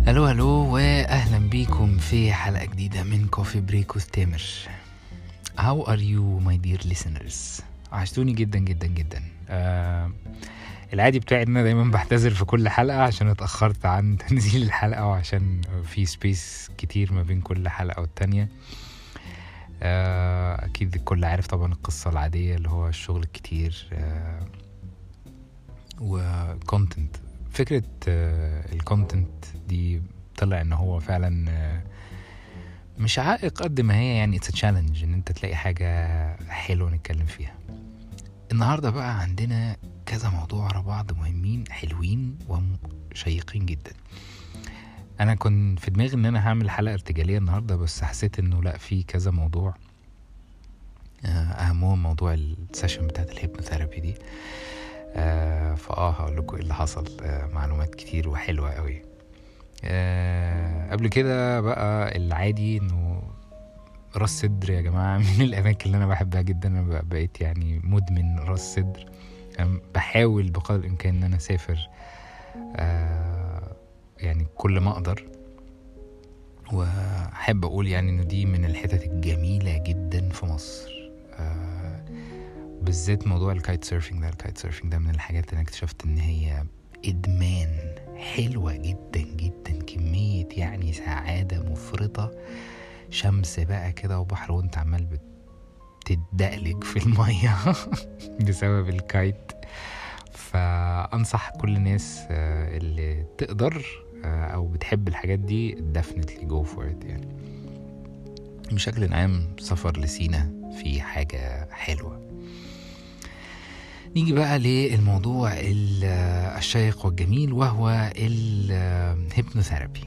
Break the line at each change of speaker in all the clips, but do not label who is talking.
الو الو واهلا بيكم في حلقة جديدة من كوفي بريك with تامر. How are you my dear listeners؟ عشتوني جدا جدا جدا. العادي بتاعي ان انا دايما بعتذر في كل حلقة عشان اتأخرت عن تنزيل الحلقة وعشان في سبيس كتير ما بين كل حلقة والتانية. اكيد الكل عارف طبعا القصة العادية اللي هو الشغل الكتير وكونتنت. فكرة الكونتنت دي طلع ان هو فعلا مش عائق قد ما هي يعني it's a challenge ان انت تلاقي حاجة حلوة نتكلم فيها. النهاردة بقى عندنا كذا موضوع على بعض مهمين حلوين وشيقين جدا. انا كنت في دماغي ان انا هعمل حلقة ارتجالية النهاردة، بس حسيت انه لا، في كذا موضوع اهمهم موضوع السيشن بتاعت الهيبنوثيرابي دي. هقول لكم ايه اللي حصل. معلومات كتير وحلوة قوي. قبل كده بقى العادي انه راس صدر يا جماعة من الاماكن اللي انا بحبها جدا. انا بقيت يعني مدمن راس صدر. بحاول بقدر الامكان ان انا اسافر يعني كل ما اقدر، واحب اقول يعني انه دي من الحتت الجميلة جدا في مصر. بالذات موضوع الكايت سيرفينج ده من الحاجات اللي انا اكتشفت ان هي ادمان حلوة جدا جدا. كمية يعني سعادة مفرطة، شمس بقى كده وبحر وانت عمال بتدقلق في المية بسبب الكايت. فانصح كل الناس اللي تقدر او بتحب الحاجات دي definitely go for it. يعني بشكل عام سفر لسينا في حاجة حلوة. نيجي بقى للموضوع الشيق والجميل وهو الهيبنوثيرابي.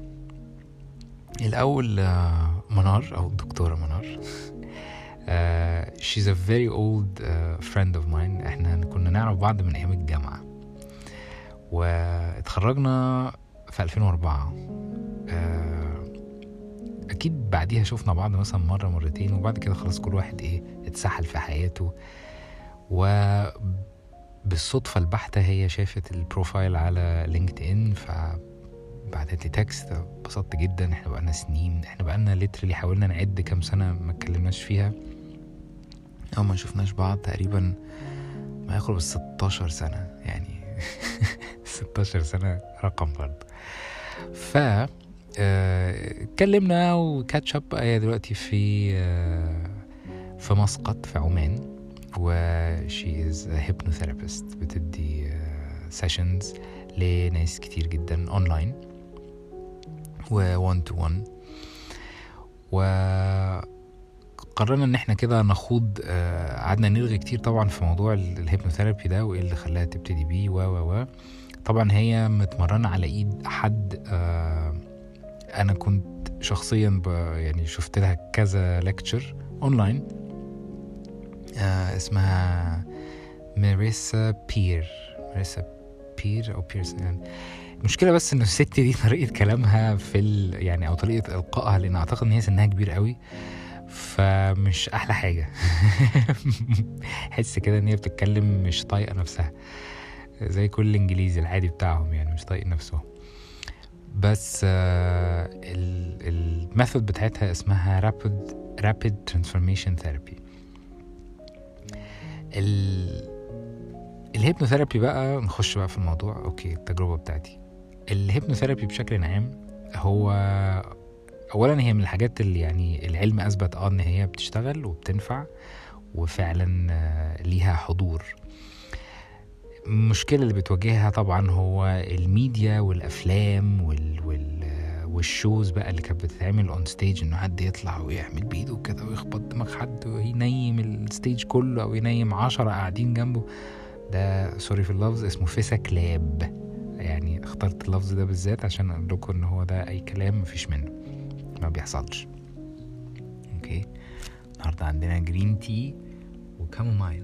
الأول منار أو الدكتورة منار. she's a very old friend of mine. احنا كنا نعرف بعض من أيام الجامعة واتخرجنا في 2004. أكيد بعديها شفنا بعض مثلا مرة مرتين، وبعد كده خلاص كل واحد اتسحل في حياته. وبالصدفة البحتة هي شافت البروفايل على لينكد ان فبعتت لي تكست. بسطت جدا. احنا بقالنا سنين، احنا بقالنا ليترلي حاولنا نعد كام سنة ما اتكلمناش فيها او ما شفناش بعض، تقريبا ما يقرب 16 سنة يعني 16 سنة رقم برضه. اتكلمنا وكاتش اب. هي دلوقتي في مسقط في عمان، و she is a hypnotherapist. بتدي sessions لناس كتير جدا online و one to one. وقررنا ان احنا كده نخوض. قعدنا نلغي كتير طبعا في موضوع الهيبنوثيرابي ده وايه اللي خلاها تبتدي بيه و طبعا هي متمرنة على ايد حد انا كنت شخصيا يعني شفت لها كذا ليكتشر اونلاين. اسمها ماريسا بير او بيرس. يعني المشكله بس انه الست دي طريقه كلامها يعني او طريقه القائها، لان اعتقد ان هي سنها كبير قوي، فمش احلى حاجه. حس كده ان هي بتتكلم مش طايقه نفسها، زي كل الانجليزي العادي بتاعهم، يعني مش طايق نفسهم. بس الميثود بتاعتها اسمها rapid transformation therapy. الهيبنوثيرابي بقى نخش بقى في الموضوع. اوكي، التجربة بتاعتي الهيبنوثيرابي بشكل عام هو اولا هي من الحاجات اللي يعني العلم اثبت ان هي بتشتغل وبتنفع وفعلا ليها حضور. المشكلة اللي بتواجهها طبعا هو الميديا والافلام والشوز بقى اللي كانت بتتعمل اون ستيج، انه حد يطلع ويعمل بايده كده ويخبط دماغ حد وينيم الستيج كله او ينيم 10 قاعدين جنبه. ده سوري في اللفظ اسمه فيسا كلاب. يعني اخترت اللفظ ده بالذات عشان اقول لكم ان هو ده اي كلام مفيش منه، ما بيحصلش. اوكي، النهارده عندنا جرين تي وكامومايل.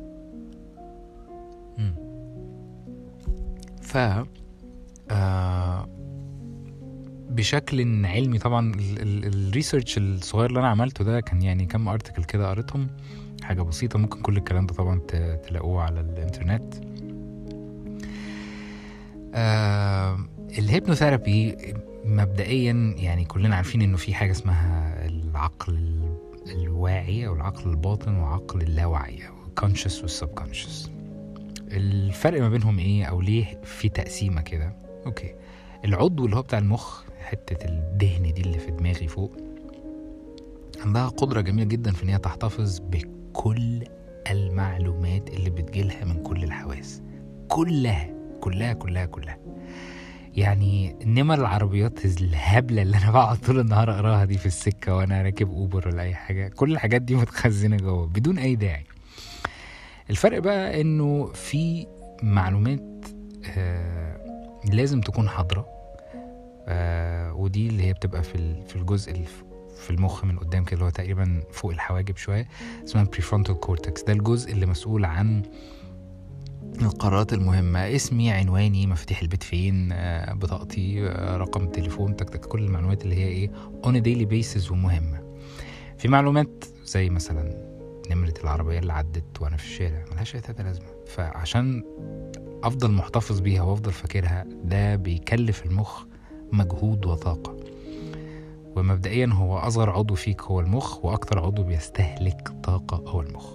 بشكل علمي طبعا الريسيرش الصغير اللي انا عملته ده كان يعني كم ارتكل كده قريتهم، حاجة بسيطة. ممكن كل الكلام ده طبعا تلاقوه على الانترنت. الهيبنوثيرابي مبدئيا يعني كلنا عارفين انه في حاجة اسمها العقل الواعي او العقل الباطن وعقل اللاواعي او conscious والsubconscious. الفرق ما بينهم ايه او ليه في تقسيمة كده؟ اوكي، العضو اللي هو بتاع المخ، حتة الدهن دي اللي في دماغي فوق، عندها قدرة جميلة جدا في ان هي تحتفظ بكل المعلومات اللي بتجيلها من كل الحواس، كلها كلها كلها كلها. يعني نمر العربيات الهبلة اللي انا بقعد طول النهار اقراها دي في السكة وانا راكب اوبر ولا اي حاجة، كل الحاجات دي متخزنة جوه بدون اي داعي. الفرق بقى انه في معلومات لازم تكون حاضرة، ودي اللي هي بتبقى في الجزء في المخ من قدام كده، اللي هو تقريبا فوق الحواجب شوية، اسمها prefrontal cortex. ده الجزء اللي مسؤول عن القرارات المهمة، اسمي، عنواني، مفاتيح البيت فين، بطاقتي، رقم التليفون، كل المعلومات اللي هي ايه on a daily basis ومهمة. في معلومات زي مثلا نمرة العربية اللي عدت وانا في الشارع ملهاش اي لازمة، فعشان افضل محتفظ بيها وافضل فاكرها ده بيكلف المخ مجهود وطاقة. ومبدئيا هو اصغر عضو فيك هو المخ، واكتر عضو بيستهلك طاقة هو المخ.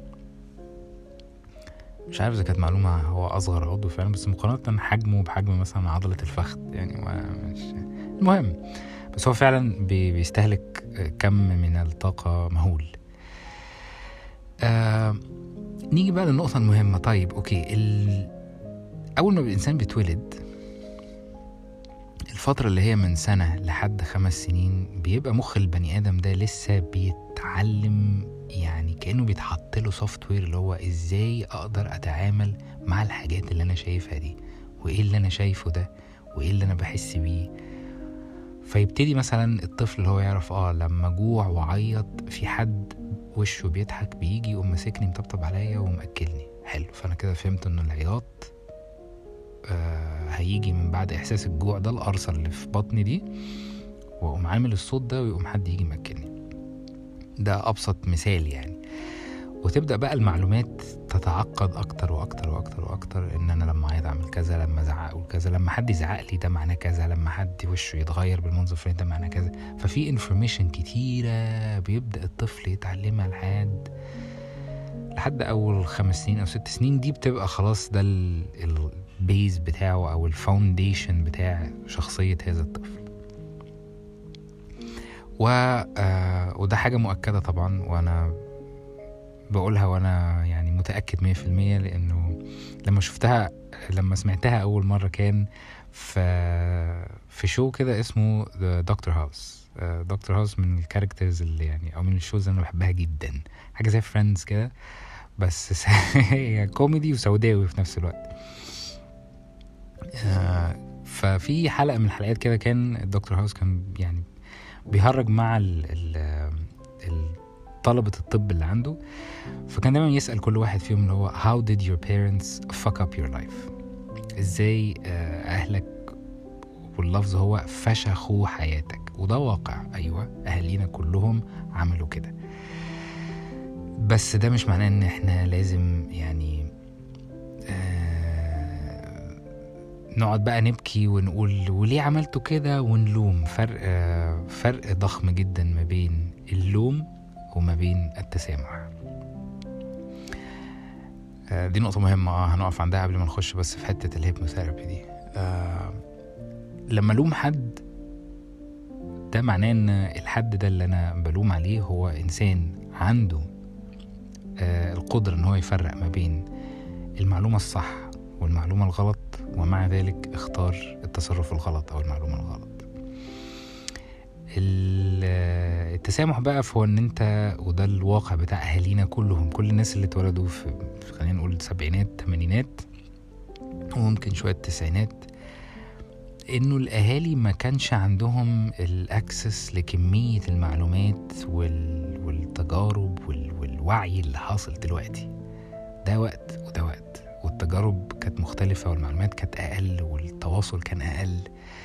مش عارف اذا كانت معلومة هو اصغر عضو فعلا، بس مقارنة حجمه بحجم مثلا عضلة الفخذ يعني مش المهم، بس هو فعلا بيستهلك كم من الطاقة مهول. نيجي بقى للنقطة المهمة. طيب اوكي، اول ما الانسان بيتولد، الفترة اللي هي من سنة لحد 5 سنين، بيبقى مخ البني آدم ده لسه بيتعلم، يعني كأنه بيتحط له سوفت وير اللي هو ازاي اقدر اتعامل مع الحاجات اللي انا شايفها دي، وايه اللي انا شايفه ده، وايه اللي انا بحس بيه. فيبتدي مثلا الطفل اللي هو يعرف لما جوع وعيط في حد وشه بيضحك بيجي يقوم ماسكني مطبطب عليا ومأكلني. حلو، فانا كده فهمت انه العياط هيجي من بعد احساس الجوع ده، القرصة اللي في بطني دي، واقوم عامل الصوت ده ويقوم حد يجي مأكلني. ده ابسط مثال يعني. وتبدأ بقى المعلومات تتعقد اكتر واكتر واكتر واكتر، ان انا لما عايز اعمل كذا، لما ازعق اقول كذا، لما حد يزعق لي ده معناه كذا، لما حد وشه يتغير بالمنظر الفلاني ده معناه كذا. ففي انفورميشن كتيرة بيبدأ الطفل يتعلمها لحد اول 5 سنين او 6 سنين. دي بتبقى خلاص ده البيز بتاعه او الفاونديشن بتاع شخصية هذا الطفل. وده حاجة مؤكدة طبعا، وانا بقولها وانا يعني متأكد 100%، لانه لما سمعتها اول مرة كان في شو كده اسمه دكتور هاوس. دكتور هاوس من الكاركترز اللي يعني او من الشوز اللي انا بحبها جدا، حاجة زي فريندز كده بس هي كوميدي وسوداوي في نفس الوقت. ففي حلقة من الحلقات كده كان الدكتور هاوس كان يعني بيهرج مع طلبة الطب اللي عنده، فكان دايما يسأل كل واحد فيهم اللي هو how did your parents fuck up your life؟ ازاي اهلك، واللفظ هو فشخوا حياتك. وده واقع، ايوه اهالينا كلهم عملوا كده، بس ده مش معناه ان احنا لازم يعني نقعد بقى نبكي ونقول وليه عملتوا كده ونلوم. فرق ضخم جدا ما بين اللوم وما بين التسامح. دي نقطة مهمة هنقف عندها قبل ما نخش بس في حتة الهيبنوثيرابي دي. لما لوم حد ده معناه ان الحد ده اللي انا بلوم عليه هو انسان عنده القدرة ان هو يفرق ما بين المعلومة الصح والمعلومة الغلط، ومع ذلك اختار التصرف الغلط او المعلومة الغلط. التسامح بقى هو ان انت، وده الواقع بتاع اهالينا كلهم، كل الناس اللي اتولدوا في خلينا نقول 70s 80s وممكن شوية 90s، انه الاهالي ما كانش عندهم الاكسس لكمية المعلومات والتجارب والوعي اللي حاصل دلوقتي. ده وقت وده وقت، والتجارب كانت مختلفة والمعلومات كانت اقل والتواصل كان اقل.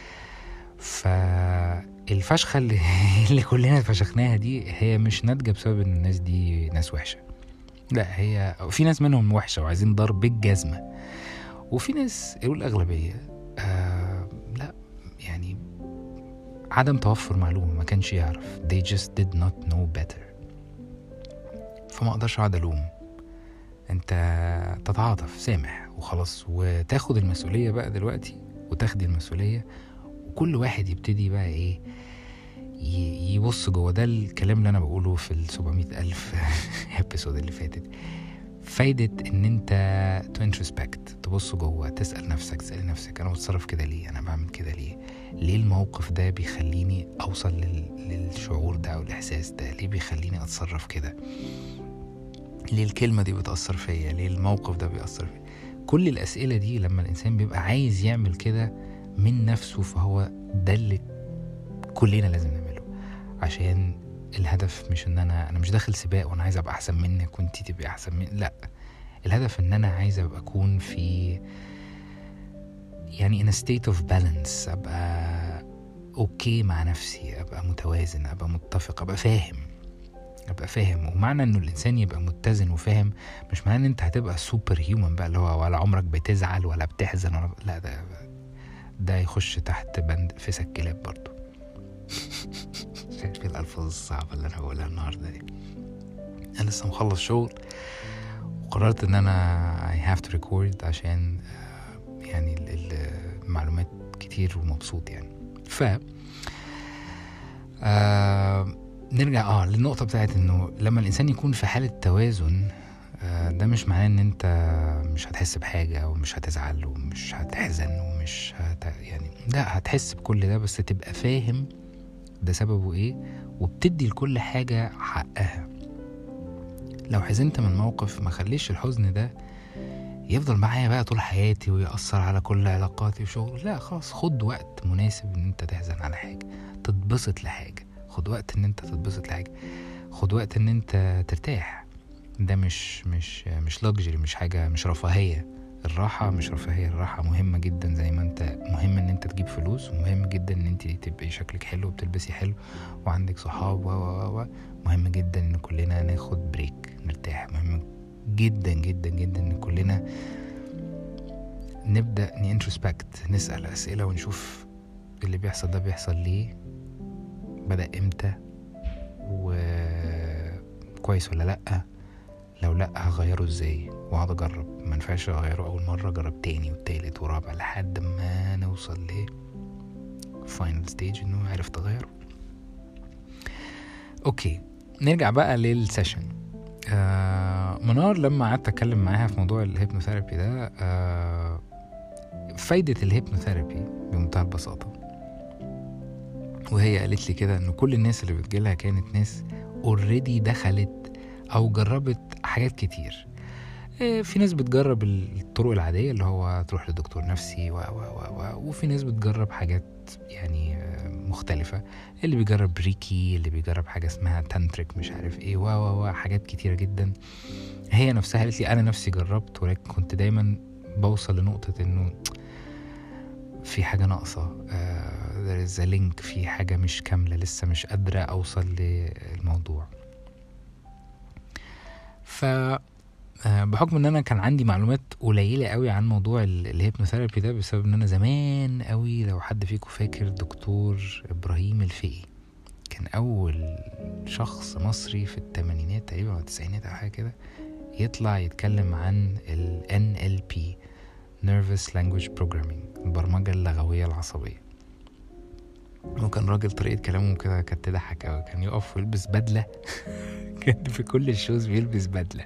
فالفشخة اللي كلنا فشخناها دي هي مش ناتجة بسبب ان الناس دي ناس وحشة، لا، هي في ناس منهم وحشة وعايزين ضرب بالجزمة، وفي ناس، الأغلبية لا يعني عدم توفر معلومة، ما كانش يعرف. they just did not know better. فما اقدرش اقعد الوم، انت تتعاطف، سامح وخلاص، وتاخد المسؤولية بقى دلوقتي، وتاخدي المسؤولية، وكل واحد يبتدي بقى ايه يبص جوه. ده الكلام اللي انا بقوله في 700,000 ابيسود اللي فاتت. فايدة ان انت تو انتروسبكت، تبص جوه، تسأل نفسك انا بتصرف كده ليه؟ انا بعمل كده ليه الموقف ده بيخليني اوصل للشعور ده او الاحساس ده؟ ليه بيخليني اتصرف كده؟ ليه الكلمة دي بتأثر فيا؟ ليه الموقف ده بيأثر فيا؟ كل الأسئلة دي لما الإنسان بيبقى عايز يعمل كده من نفسه، فهو ده اللي كلنا لازم نعمله. عشان الهدف مش ان انا مش داخل سباق وانا عايز ابقى احسن منك وانتي تبقى احسن مني، لا. الهدف ان انا عايز ابقى اكون في يعني in a state of balance، ابقى اوكي مع نفسي، ابقى متوازن، ابقى متفق، ابقى فاهم. ومعنى انه الانسان يبقى متزن وفاهم مش معنى ان انت هتبقى سوبر هيومن بقى، اللي هو ولا عمرك بتزعل ولا بتحزن ولا لا، ده يخش تحت بند فسق الكلاب برضو. شايف الألفاظ الصعبة اللي أنا بقولها النهاردة دي؟ أنا لسه مخلص شغل وقررت إن أنا I have to record عشان يعني المعلومات كتير ومبسوط يعني. نرجع للنقطة بتاعت إنه لما الإنسان يكون في حالة توازن، ده مش معناه إن أنت مش هتحس بحاجة ومش هتزعل ومش هتحزن ومش يعني لا، هتحس بكل ده، بس تبقى فاهم ده سببه ايه، وبتدي لكل حاجة حقها. لو حزنت من موقف، ما خليش الحزن ده يفضل معايا بقى طول حياتي ويأثر على كل علاقاتي وشغل. لا خلاص، خد وقت مناسب ان انت تحزن على حاجة، تتبسط لحاجة. خد وقت ان انت تتبسط لحاجة، خد وقت ان انت ترتاح. ده مش luxury، مش حاجة، مش رفاهية. الراحة مش رفاهية، الراحة مهمة جدا. زي ما انت مهم ان انت تجيب فلوس، ومهم جدا ان انت تبقي شكلك حلو وبتلبسي حلو وعندك صحاب مهم جدا ان كلنا ناخد بريك نرتاح. مهم جدا جدا جدا ان كلنا نبدأ نانتروسبكت، نسأل أسئلة ونشوف اللي بيحصل ده بيحصل ليه، بدأ امتى، وكويس ولا لأ. لو لأ هغيره ازاي، وهقعد اجرب. ما ينفعش اغيره اول مرة، جرب تاني والتالت ورابع لحد ما نوصل ل final stage انه عرفت اغيره. اوكي، نرجع بقى للسيشن. منار لما قعدت اتكلم معاها في موضوع الهيبنوثيرابي ده، فايدة الهيبنوثيرابي بمنتهى البساطة، وهي قالت لي كده انه كل الناس اللي بتجيلها كانت ناس already دخلت او جربت حاجات كتير. في ناس بتجرب الطرق العادية اللي هو تروح لدكتور نفسي وفي ناس بتجرب حاجات يعني مختلفة، اللي بيجرب ريكي، اللي بيجرب حاجة اسمها تانتريك مش عارف ايه حاجات كتيرة جدا. هي نفسها قالت لي انا نفسي جربت، ولكن كنت دايما بوصل لنقطة انه في حاجة ناقصة، there is a link، في حاجة مش كاملة، لسه مش قادرة اوصل للموضوع. بحكم ان انا كان عندي معلومات قليلة قوي عن موضوع الهيبنوثيرابي ده، بسبب ان انا زمان قوي، لو حد فيكم فاكر، دكتور ابراهيم الفقي كان اول شخص مصري في الثمانينات تقريبا او التسعينات او حاجة كده يطلع يتكلم عن ال NLP Nervous Language Programming، البرمجة اللغوية العصبية. وكان راجل طريقة كلامه كده كانت تضحك قوي، كان يقف ويلبس بدلة كان في كل الشوز بيلبس بدلة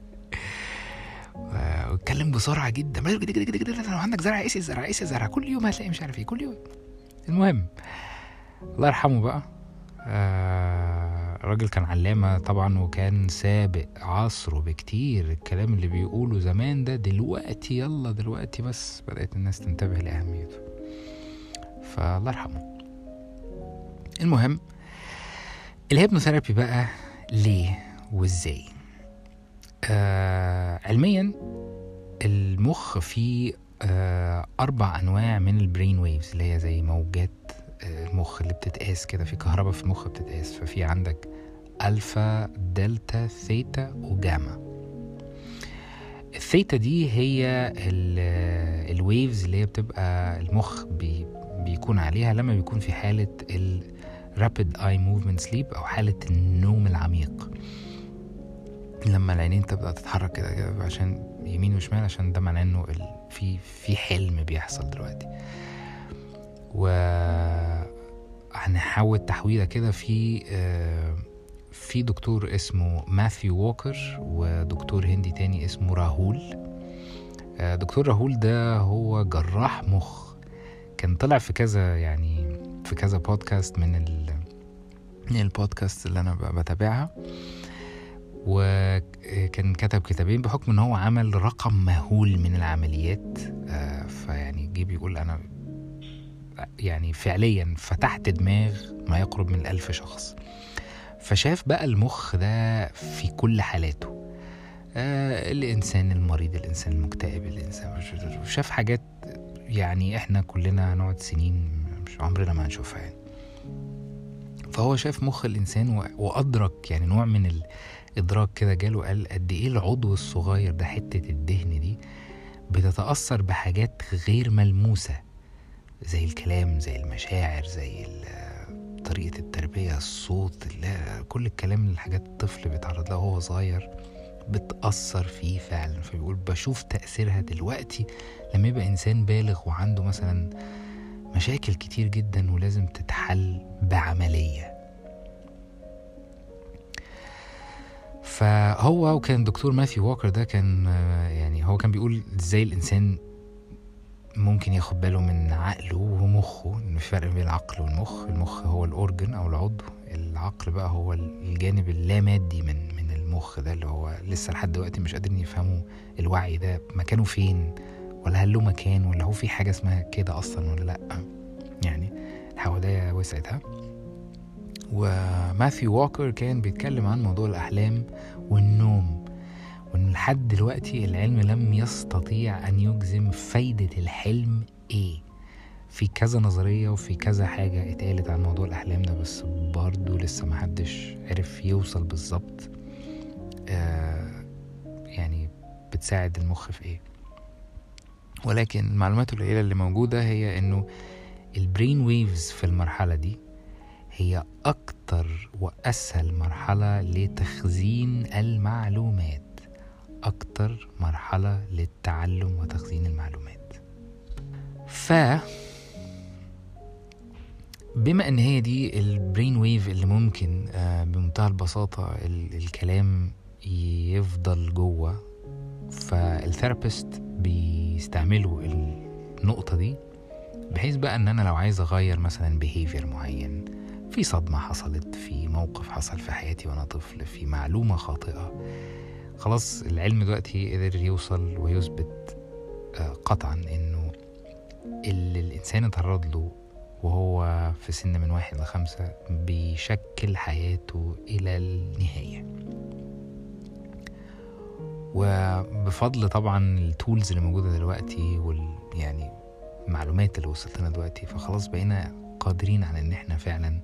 واتكلم بسرعة جدا، لو عندك زرع قيس الزرع كل يوم هتلاقي مش عارف ايه كل يوم. المهم الله يرحمه بقى، الراجل كان علامة طبعا، وكان سابق عصره بكتير. الكلام اللي بيقوله زمان ده دلوقتي بس بدأت الناس تنتبه لأهميته، فالله يرحمه. المهم الهيبنوثيرابي بقى ليه وازاي؟ علميا المخ فيه 4 أنواع من البرين ويفز، اللي هي زي موجات المخ اللي بتتقاس كده، في كهرباء في المخ بتتقاس. ففي عندك ألفا، دلتا، ثيتا وجاما. الثيتا دي هي الويفز اللي هي بتبقى المخ بيكون عليها لما بيكون في حالة rapid eye movement sleep أو حالة النوم العميق. لما العينين تبدأ تتحرك كده عشان يمين وشمال، عشان ده معناه انه في حلم بيحصل دلوقتي. وهنحاول تحويلة كده في دكتور اسمه ماثيو ووكر ودكتور هندي تاني اسمه راهول. دكتور راهول ده هو جراح مخ، كان طلع في كذا بودكاست من البودكاست اللي انا بتابعها، وكان كتب كتابين بحكم ان هو عمل رقم مهول من العمليات. فيعني جه بيقول انا يعني فعليا فتحت دماغ ما يقرب من 1000 شخص، فشاف بقى المخ ده في كل حالاته، الانسان المريض، الانسان المكتئب، الانسان شاف حاجات يعني احنا كلنا هنقعد سنين مش عمرنا ما هنشوفها يعني. فهو شاف مخ الانسان وادرك يعني نوع من الادراك كده جاله، قال قد ايه العضو الصغير ده، حتة الدهن دي بتتأثر بحاجات غير ملموسة زي الكلام، زي المشاعر، زي طريقة التربية، الصوت، كل الكلام اللي الحاجات الطفل بيتعرض لها وهو صغير بتأثر فيه فعلا. فبيقول بشوف تأثيرها دلوقتي لما يبقى إنسان بالغ وعنده مثلا مشاكل كتير جدا ولازم تتحل بعملية. فهو وكان دكتور ماثيو ووكر ده كان يعني هو كان بيقول ازاي الإنسان ممكن ياخد باله من عقله ومخه، إنه في فرق بين العقل والمخ. المخ هو الأورجن أو العضو، العقل بقى هو الجانب اللامادي من المخ ده، اللي هو لسه لحد دلوقتي مش قادرين يفهموا الوعي ده مكانه فين، ولا هل له مكان، ولا هو في حاجة اسمها كده أصلا ولا لأ. يعني الحوادية وسعتها. وماثيو ووكر كان بيتكلم عن موضوع الأحلام والنوم، وإن لحد دلوقتي العلم لم يستطيع أن يجزم فايدة الحلم إيه. في كذا نظرية وفي كذا حاجة اتقالت عن موضوع الأحلام ده، بس برضو لسه محدش عرف يوصل بالظبط يعني بتساعد المخ في إيه. ولكن المعلومات القليلة اللي موجودة هي إنه البرين ويفز في المرحلة دي هي أكتر وأسهل مرحلة لتخزين المعلومات، أكتر مرحلة للتعلم وتخزين المعلومات. بما أن هي دي البرين ويف اللي ممكن بمنتهى البساطة الكلام يفضل جوه، فالثيرابيست بيستعملوا النقطة دي بحيث بقى أن أنا لو عايز أغير مثلا behavior معين، في صدمة حصلت، في موقف حصل في حياتي وأنا طفل، في معلومة خاطئة، خلاص العلم دلوقتي قدر يوصل ويثبت قطعا إنه اللي الإنسان اتعرض له وهو في سن من 1 ل 5 بيشكل حياته إلى النهاية. وبفضل طبعا التولز اللي موجودة دلوقتي يعني المعلومات اللي وصلت لنا دلوقتي، فخلاص بقينا قادرين على ان احنا فعلا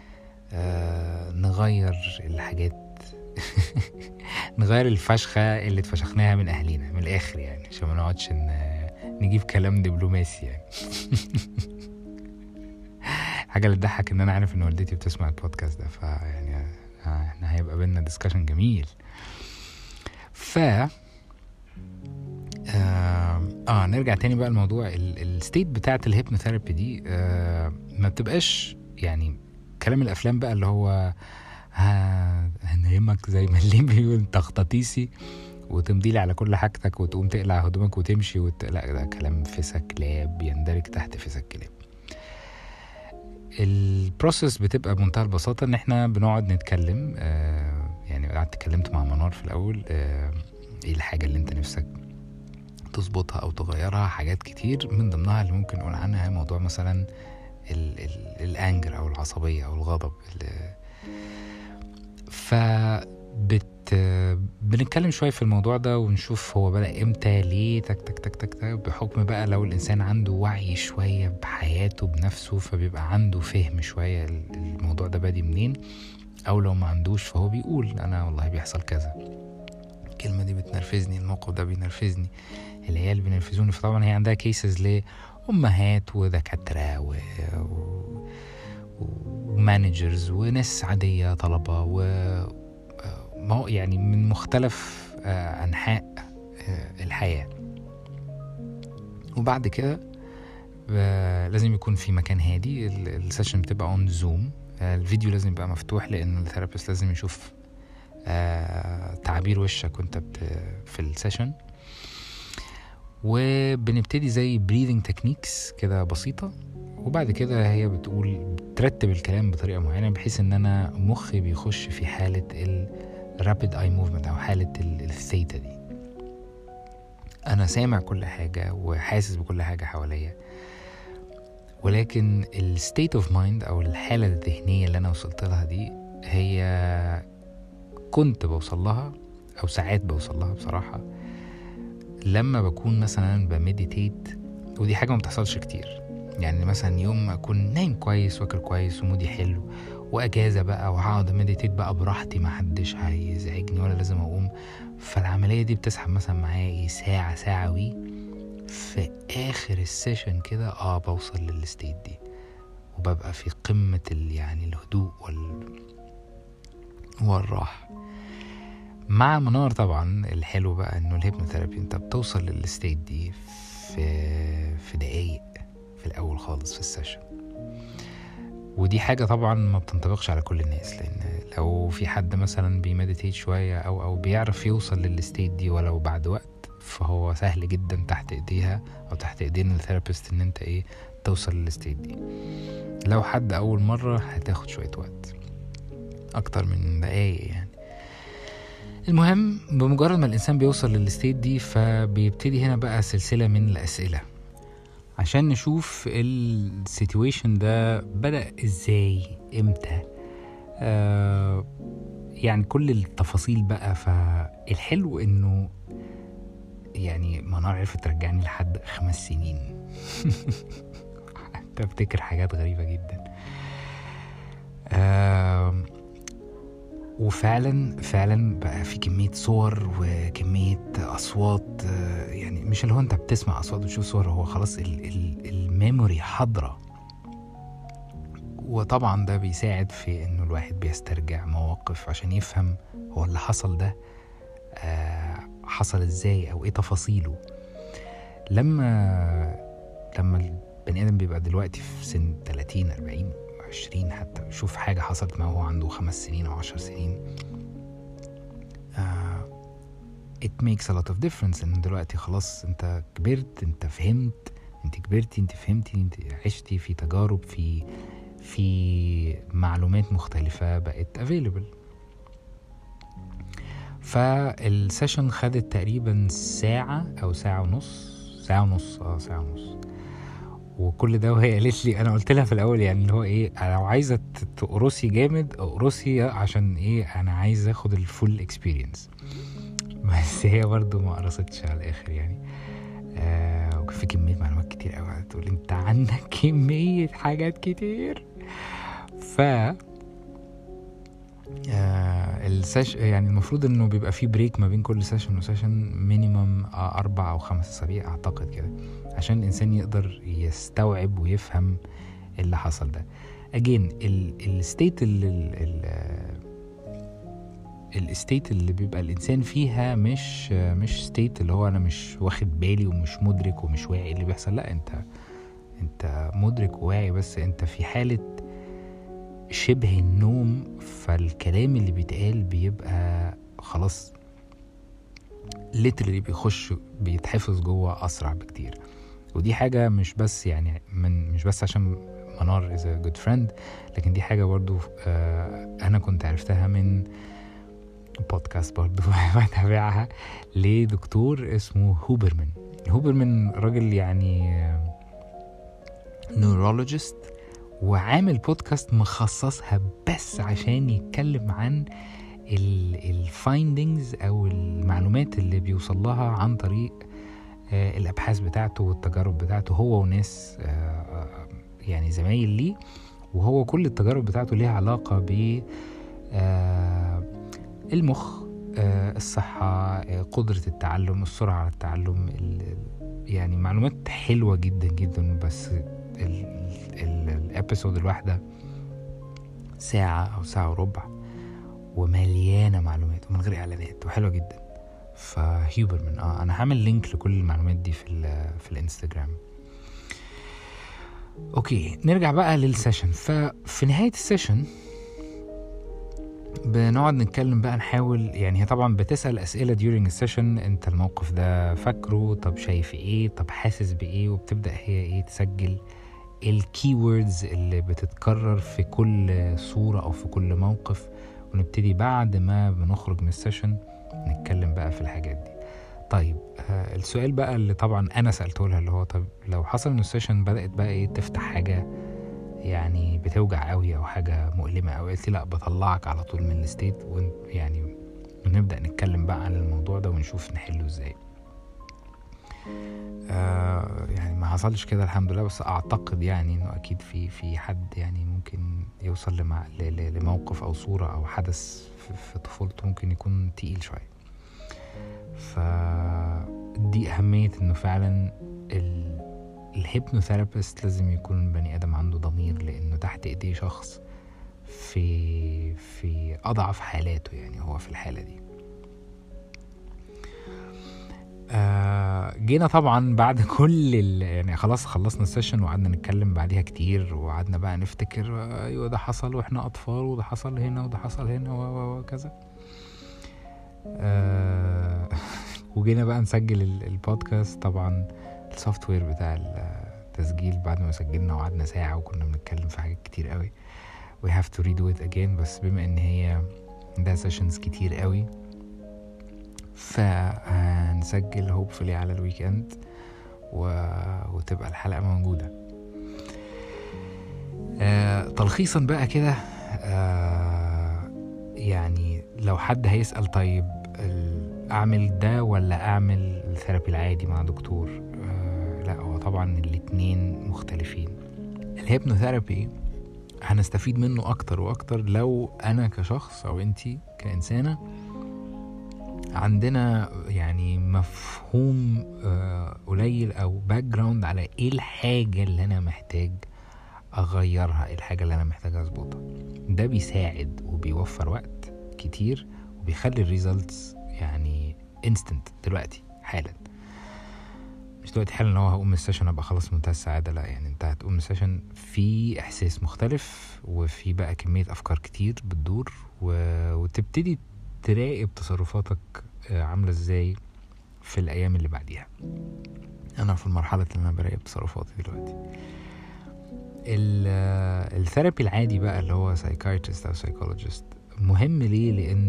نغير الحاجات نغير الفشخة اللي اتفشخناها من اهلنا، من الاخر يعني، عشان ما نقعدش نجيب كلام دبلوماسي يعني. حاجة اللي تضحك ان انا عارف ان والدتي بتسمع البودكاست ده، فيعني احنا هيبقى بينا ديسكشن جميل. نرجع تاني بقى الموضوع الستيت بتاعت الهيبنوثيرابي دي. ما بتبقاش يعني كلام الافلام بقى اللي هو هنهمك زي ما اللي بيقول تخطيطي وتمضيلي على كل حاجتك وتقوم تقلع هدومك وتمشي لا، ده كلام فسك كلاب، يندرج تحت فسك كلاب. البروسيس بتبقى بمنتهى البساطة ان احنا بنقعد نتكلم. يعني قعدت اتكلمت مع منار في الاول، ايه الحاجة اللي انت نفسك تظبطها او تغيرها. حاجات كتير من ضمنها اللي ممكن نقول عنها موضوع مثلا الانجر او العصبية او الغضب. بنتكلم شوية في الموضوع ده ونشوف هو بدأ امتى، ليه، تك تك تك تك تك، بحكم بقى لو الانسان عنده وعي شوية بحياته بنفسه فبيبقى عنده فهم شوية الموضوع ده بادي منين، او لو ما عندوش فهو بيقول انا والله بيحصل كذا الكلمة دي بتنرفزني، الموقف ده بينرفزني، العيال بينرفزوني. فطبعا هي عندها كيسز لأمهات ودكاترة ومانجرز وناس عادية، طلبة يعني من مختلف أنحاء الحياة. وبعد كده لازم يكون في مكان هادي. السيشن بتبقى اون زوم، الفيديو لازم يبقى مفتوح لأن الثيرابيست لازم يشوف تعابير وشك وانت في السيشن. وبنبتدي زي breathing techniques كده بسيطة، وبعد كده هي بترتب الكلام بطريقة معينة بحيث ان انا مخي بيخش في حالة rapid eye movement او حالة الثيتا دي. انا سامع كل حاجة وحاسس بكل حاجة حواليا، ولكن state of mind او الحالة الذهنية اللي انا وصلت لها دي هي كنت بوصل لها او ساعات بوصل لها بصراحة لما بكون مثلا بمديتيت. ودي حاجة ما بتحصلش كتير، يعني مثلا يوم اكون نايم كويس واكل كويس ومودي حلو واجازة بقى وهقعد مديتيت بقى براحتي، ما حدش هيزعجني ولا لازم اقوم. فالعملية دي بتسحب مثلا معايا ساعة في اخر السيشن كده بوصل للستيت دي وببقى في قمة يعني الهدوء والراحة مع منار. طبعا الحلو بقى انه الهيبنوثيرابي انت بتوصل للستيت دي في دقايق في الاول خالص في السيشن. ودي حاجة طبعا ما بتنطبقش على كل الناس، لان لو في حد مثلا بيمديتيت شوية او بيعرف يوصل للستيت دي ولو بعد وقت، فهو سهل جدا تحت ايديها او تحت ايدين الثيرابيست ان انت توصل للستيت دي. لو حد اول مرة هتاخد شوية وقت اكتر من دقايق يعني. المهم بمجرد ما الانسان بيوصل للستيت دي فبيبتدي هنا بقى سلسلة من الاسئلة عشان نشوف السيتويشن ده بدأ ازاي، امتى، يعني كل التفاصيل بقى. فالحلو انه يعني منار عرفت ترجعني لحد 5 سنين تفتكر حاجات غريبة جدا. وفعلا بقى في كمية صور وكمية أصوات، يعني مش اللي هو أنت بتسمع أصوات وتشوف صور، هو خلاص الميموري حاضرة. وطبعا ده بيساعد في إنه الواحد بيسترجع مواقف عشان يفهم هو اللي حصل ده حصل إزاي أو إيه تفاصيله. لما البني آدم بيبقى دلوقتي في سن 30 40 20 حتى يشوف حاجة حصلت معه وهو عنده 5 سنين أو 10 سنين، it makes a lot of difference. إن دلوقتي خلاص أنت كبرت، أنت فهمت، أنت كبرتي، أنت فهمتي، أنت عشتي في تجارب، في معلومات مختلفة بقت available. فالسيشن خدت تقريبا ساعة أو ساعة ونص. وكل ده وهي قالت لي، انا قلت لها في الاول يعني اللي هو لو عايزه تقرصي جامد اقرصي، عشان انا عايز اخد الفول اكسبيرينس. بس هي برضو ما قرصتش على الاخر يعني. وفي كميه معلومات كتير قوي تقول انت عندك كميه حاجات كتير. يعني المفروض انه بيبقى فيه بريك ما بين كل سيشن وسيشن مينيمم 4 أو 5 أسابيع اعتقد كده، عشان الانسان يقدر يستوعب ويفهم اللي حصل ده. اجين الستيت الستيت اللي بيبقى الانسان فيها مش ستيت اللي هو انا مش واخد بالي ومش مدرك ومش واعي اللي بيحصل. لا، انت مدرك وواعي، بس انت في حالة شبه النوم. فالكلام اللي بيتقال بيبقى خلاص literally بيتحفظ جوه أسرع بكتير. ودي حاجة مش بس يعني مش بس عشان منار is a good friend، لكن دي حاجة برضو أنا كنت عرفتها من بودكاست برضو بتابعها لدكتور اسمه هوبرمان راجل يعني نيورولوجيست، وعامل بودكاست مخصصها بس عشان يتكلم عن الفايندينجز او المعلومات اللي بيوصل لها عن طريق الابحاث بتاعته والتجارب بتاعته هو وناس يعني زمايل ليه. وهو كل التجارب بتاعته ليها علاقة ب المخ، الصحة، قدرة التعلم، السرعة على التعلم، يعني معلومات حلوة جدا جدا. بس الابيسود الواحدة ساعة أو ساعة وربع، ومليانة معلومات ومن غير إعلانات وحلوة جدا. فهيوبرمان أنا هعمل لينك لكل المعلومات دي في الانستجرام. أوكي، نرجع بقى للسيشن. ففي نهاية السيشن بنقعد نتكلم بقى، نحاول يعني هي طبعا بتسأل أسئلة during السيشن، انت الموقف ده فاكره، طب شايف ايه، طب حاسس بايه، وبتبدأ هي ايه تسجل الكيوردز اللي بتتكرر في كل صورة او في كل موقف. ونبتدي بعد ما بنخرج من السيشن نتكلم بقى في الحاجات دي. طيب السؤال بقى اللي طبعا انا سألته لها اللي هو طب لو حصل ان السيشن بدأت بقى ايه تفتح حاجة يعني بتوجع قوي او حاجة مؤلمة قوي، قلت لي لا بطلعك على طول من الستيت يعني ونبدأ نتكلم بقى عن الموضوع ده ونشوف نحله ازاي. يعني ما حصلش كده الحمد لله، بس اعتقد يعني انه اكيد في حد يعني ممكن يوصل لموقف او صورة او حدث في طفولته ممكن يكون تقيل شوية. فدي اهمية انه فعلا الهيبنوثيرابيست لازم يكون بني ادم عنده ضمير، لانه تحت ايديه شخص في اضعف حالاته، يعني هو في الحالة دي. جينا طبعا بعد كل يعني خلاص خلصنا السيشن وقعدنا نتكلم بعديها كتير، وقعدنا بقى نفتكر ايوه ده حصل واحنا اطفال، وده حصل هنا وده حصل هنا وكذا. وجينا بقى نسجل البودكاست. طبعا السوفت وير بتاع التسجيل بعد ما سجلنا وقعدنا ساعة وكنا بنتكلم في حاجات كتير قوي we have to redo it again، بس بما ان هي ده سيشنز كتير قوي فهنسجل hopefully على الويكند وتبقى الحلقة موجودة. تلخيصا بقى كده، يعني لو حد هيسأل طيب اعمل ده ولا اعمل الثيرابي العادي مع دكتور، لا هو طبعا الاتنين مختلفين. الهيبنوثيرابي هنستفيد منه اكتر واكتر لو انا كشخص او انتي كإنسانة عندنا يعني مفهوم قليل او باك جراوند على ايه الحاجة اللي انا محتاج اغيرها، ايه الحاجة اللي انا محتاج اظبطها. ده بيساعد وبيوفر وقت كتير وبيخلي الريزلتس يعني انستنت دلوقتي حالا. مش دلوقتي حالا ان هو هقوم من السيشن ابقى خلاص منتهى السعادة، لا يعني انت هتقوم من السيشن في احساس مختلف وفي بقى كمية افكار كتير بتدور وتبتدي تراقب تصرفاتك عاملة ازاي في الايام اللي بعديها. انا في المرحلة اللي انا براقب تصرفاتي دلوقتي. الثيرابي العادي بقى اللي هو سايكايترست او سايكولوجيست مهم ليه؟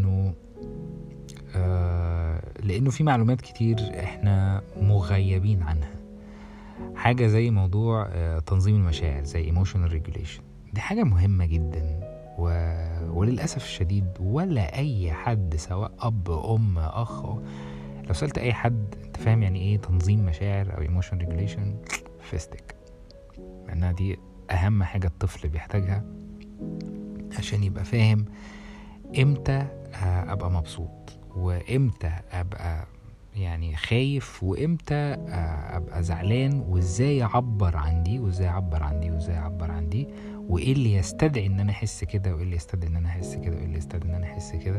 لانه في معلومات كتير احنا مغيبين عنها. حاجة زي موضوع تنظيم المشاعر زي emotional regulation، دي حاجة مهمة جدا وللأسف الشديد ولا أي حد سواء أب أم أخ لو سألت أي حد أنت فاهم يعني إيه تنظيم مشاعر أو emotional regulation فيستك، لأنها دي أهم حاجة الطفل بيحتاجها عشان يبقى فاهم إمتى أبقى مبسوط وإمتى أبقى يعني خايف وإمتى أبقى زعلان، وإزاي أعبر عن دي وإزاي أعبر عن دي وإزاي أعبر عن دي، وإيه اللي يستدعي إن أنا أحس كده وإيه اللي يستدعي إن أنا أحس كده وإيه اللي يستدعي إن أنا أحس كده.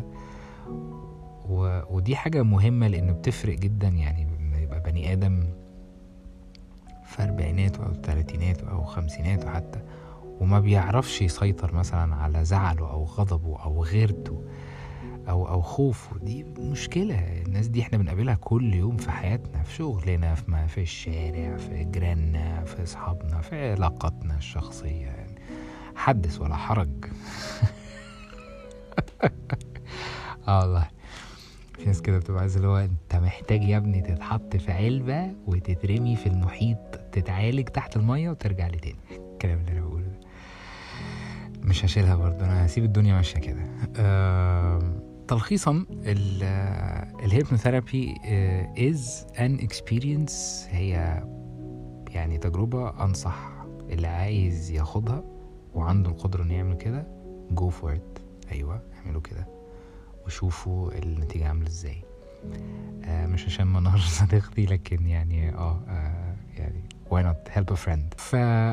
ودي حاجة مهمة لأنه بتفرق جدا، يعني لما يبقى بني آدم في 40 أو 30 أو 50 حتى وما بيعرفش يسيطر مثلا على زعله أو غضبه أو غيرته أو خوفه، دي مشكلة. الناس دي احنا بنقابلها كل يوم في حياتنا، في شغلنا، في الشارع، في جيراننا، في أصحابنا، في علاقاتنا الشخصية، يعني حدث ولا حرج. والله في ناس كده بتبقى عايزة اللي هو انت محتاج يا ابني تتحط في علبة وتترمي في المحيط تتعالج تحت المية وترجع لي تاني. الكلام اللي انا بقوله ده مش هشيلها برضه، انا هسيب الدنيا ماشية كده. تلخيصا الهيبنوثيرابي is an experience، هي يعني تجربة أنصح اللي عايز ياخدها وعنده القدرة انه يعمل كده go for it. ايوه اعملوا كده وشوفوا النتيجة عاملة ازاي. مش عشان منار صديقتي، لكن يعني يعني why not help a friend.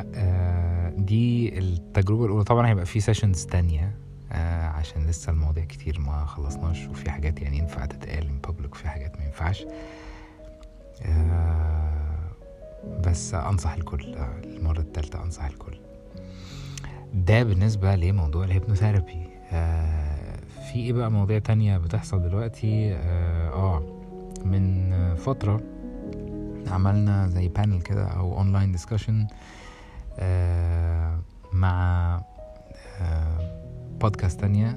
دي التجربة الأولى. طبعا هيبقى في سيشنز تانية عشان لسه المواضيع كتير ما خلصناش، وفي حاجات يعني ينفع تتقال in public وفي حاجات ما ينفعش. بس أنصح الكل، المرة الثالثة أنصح الكل. ده بالنسبة لموضوع الهيبنوثيرابي. في ايه بقى مواضيع تانية بتحصل دلوقتي؟ من فترة عملنا زي بانل كده او اونلاين ديسكشن مع بودكاست تانية،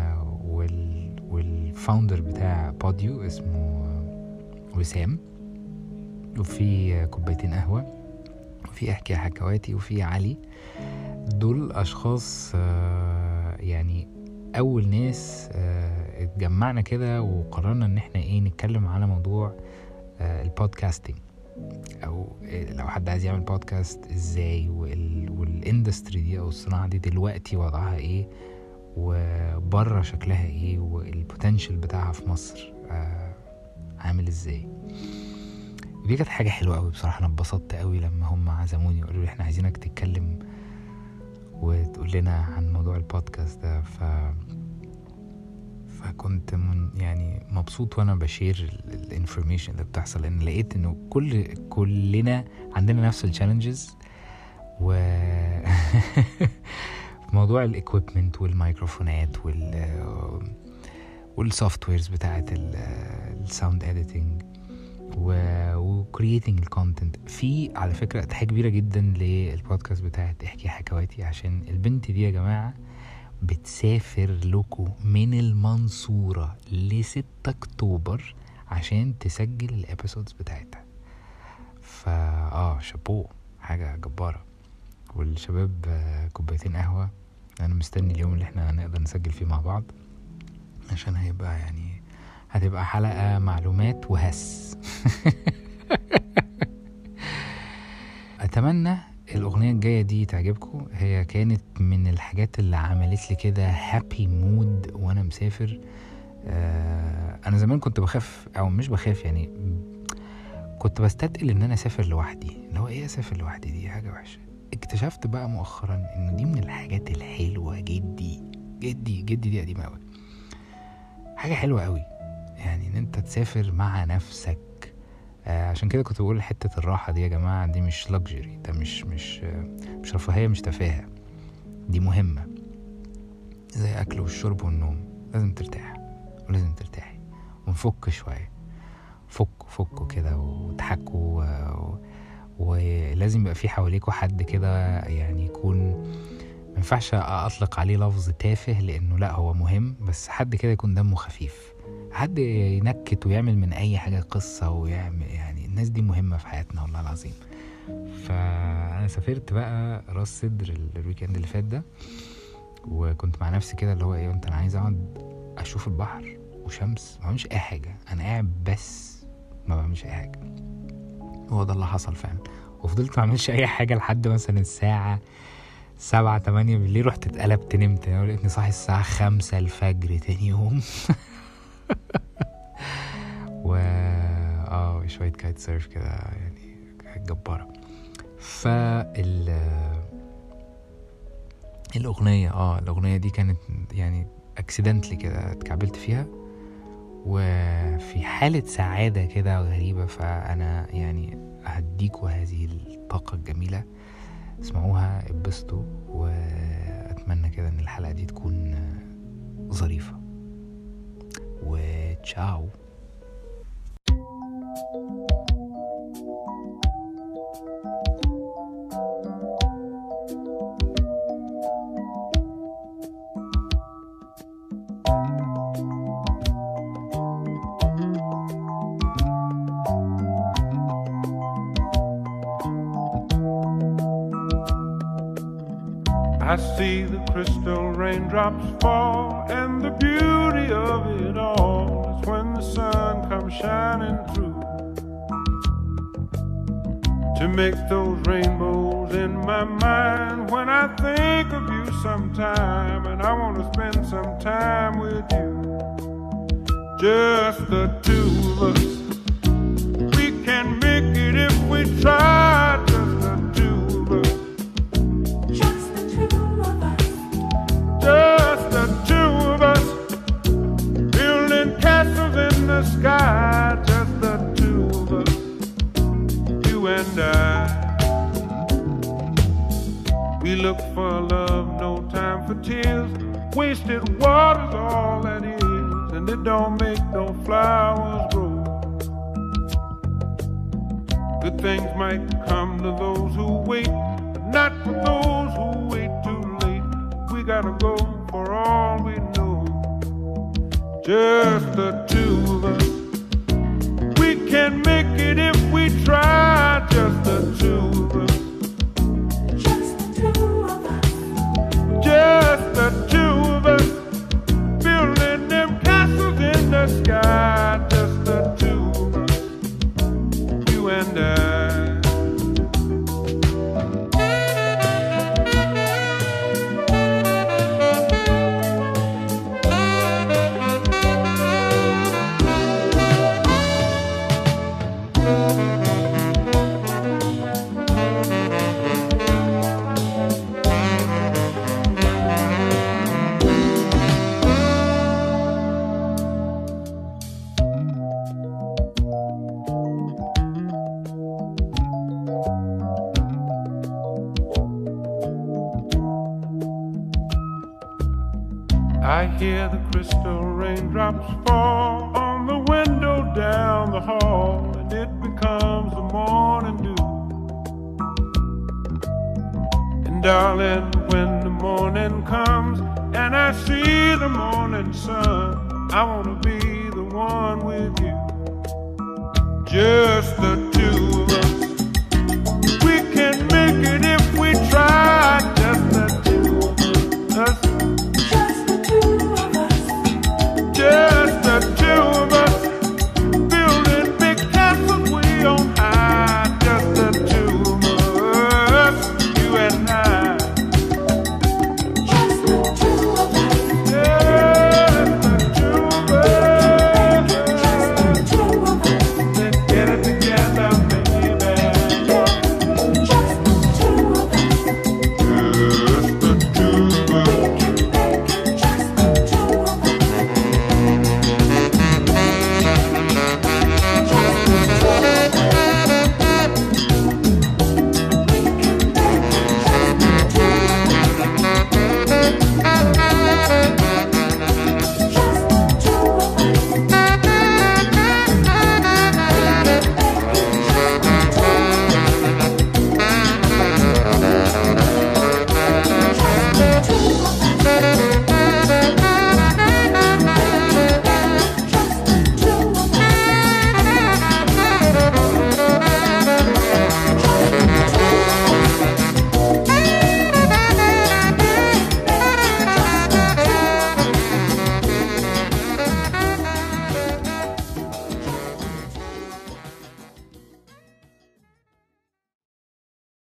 والفاوندر بتاع بوديو اسمه وسام، وفي كوبايتين قهوة، وفي احكي حكواتي، وفي علي. دول اشخاص يعني اول ناس اتجمعنا كده وقررنا ان احنا نتكلم على موضوع البودكاستنج، او لو حد عايز يعمل بودكاست ازاي، والاندستري دي او الصناعة دي دلوقتي وضعها ايه، وبره شكلها ايه، والبوتنشل بتاعها في مصر عامل ازاي. دي كانت حاجة حلوة قوي بصراحة. انا اتبسطت قوي لما هم عزموني وقالوا لي احنا عايزينك تتكلم وتقول لنا عن موضوع البودكاست ده. فكنت يعني مبسوط وانا بشير الانفورميشن اللي بتحصل، لان لقيت انه كلنا عندنا نفس التشالنجز موضوع الايكويبمنت والميكروفونات والسوفت ويرز بتاعه الساوند اديتنج وكرييتنج الكونتنت. في على فكره تحيه كبيره جدا للبودكاست بتاعه احكي حكواتي، عشان البنت دي يا جماعه بتسافر لكم من المنصورة ل6 أكتوبر عشان تسجل الابيسودز بتاعتها. شابو، حاجة جبارة. والشباب كوبايتين قهوة. أنا مستني اليوم اللي احنا نقدر نسجل فيه مع بعض، عشان هتبقى حلقة معلومات وهس. أتمنى الأغنية الجاية دي تعجبكم. هي كانت من الحاجات اللي عملت لي كده هابي مود وأنا مسافر. أنا زمان كنت بخاف، أو مش بخاف، يعني كنت بستثقل إن أنا أسافر لوحدي. اللي هو أسافر لوحدي دي حاجة وحشة. اكتشفت بقى مؤخرا إن دي من الحاجات الحلوة. جدي دي قديمة أوي، حاجة حلوة أوي، يعني إن أنت تسافر مع نفسك. عشان كده كنت بقول حتة الراحة دي يا جماعة، دي مش luxury، ده مش رفاهية، مش تفاهة، دي مهمة. زي أكل والشرب والنوم، لازم ترتاح ولازم ترتاحي ونفك شوية. فكوا كده وتحكوا، ولازم يبقى في حواليكوا حد كده يعني يكون، منفعش أطلق عليه لفظ تافه لأنه لا، هو مهم، بس حد كده يكون دمه خفيف، حد ينكت ويعمل من أي حاجة قصة ويعمل، يعني الناس دي مهمة في حياتنا والله العظيم. فأنا سافرت بقى راس سدر الويكند اللي فات ده، وكنت مع نفسي كده اللي هو أنا عايز أقعد أشوف البحر وشمس، ما بعملش أي حاجة، أنا قاعد بس ما بعملش أي حاجة. هو ده اللي حصل فعلا. وفضلت ما بعملش أي حاجة لحد مثلا الساعة 7-8 بالليل، رحت اتقلبت نمت. لقيتني صاحي الساعة 5 الفجر تاني يوم. شوية كايت سيرف كده، يعني جبارة. الأغنية دي كانت يعني اكسيدنتلي كده اتكعبلت فيها، وفي حالة سعادة كده غريبة. فأنا يعني أهديكوا هذه الطاقة الجميلة، اسمعوها، اتبسطوا، وأتمنى كده أن الحلقة دي تكون ظريفة. وتشاو.
I see the crystal raindrops fall, and the beauty of it all is when the sun comes shining through to make those rainbows in my mind. When I think of you sometime, and I want to spend some time with you. just the two of us. We can make it if we try, just the two of us.
Just the two of us.
Just the two of us. Building castles in the sky, just the two of us. You and I. We look for love, no time for tears. Wasted water's all that is, and it don't make no flowers grow. Good things might come to those who wait, but not for those who wait too late. We gotta go for all we know. Just the two of us. We can make it if we try, just the two of us.
Just the two of us.
Just the two of us. Building them castles in the sky, just the two of us. You and I. I hear the crystal raindrops fall on the window down the hall, and it becomes the morning dew. And darling, when the morning comes and I see the morning sun, I wanna be the one with you. Just the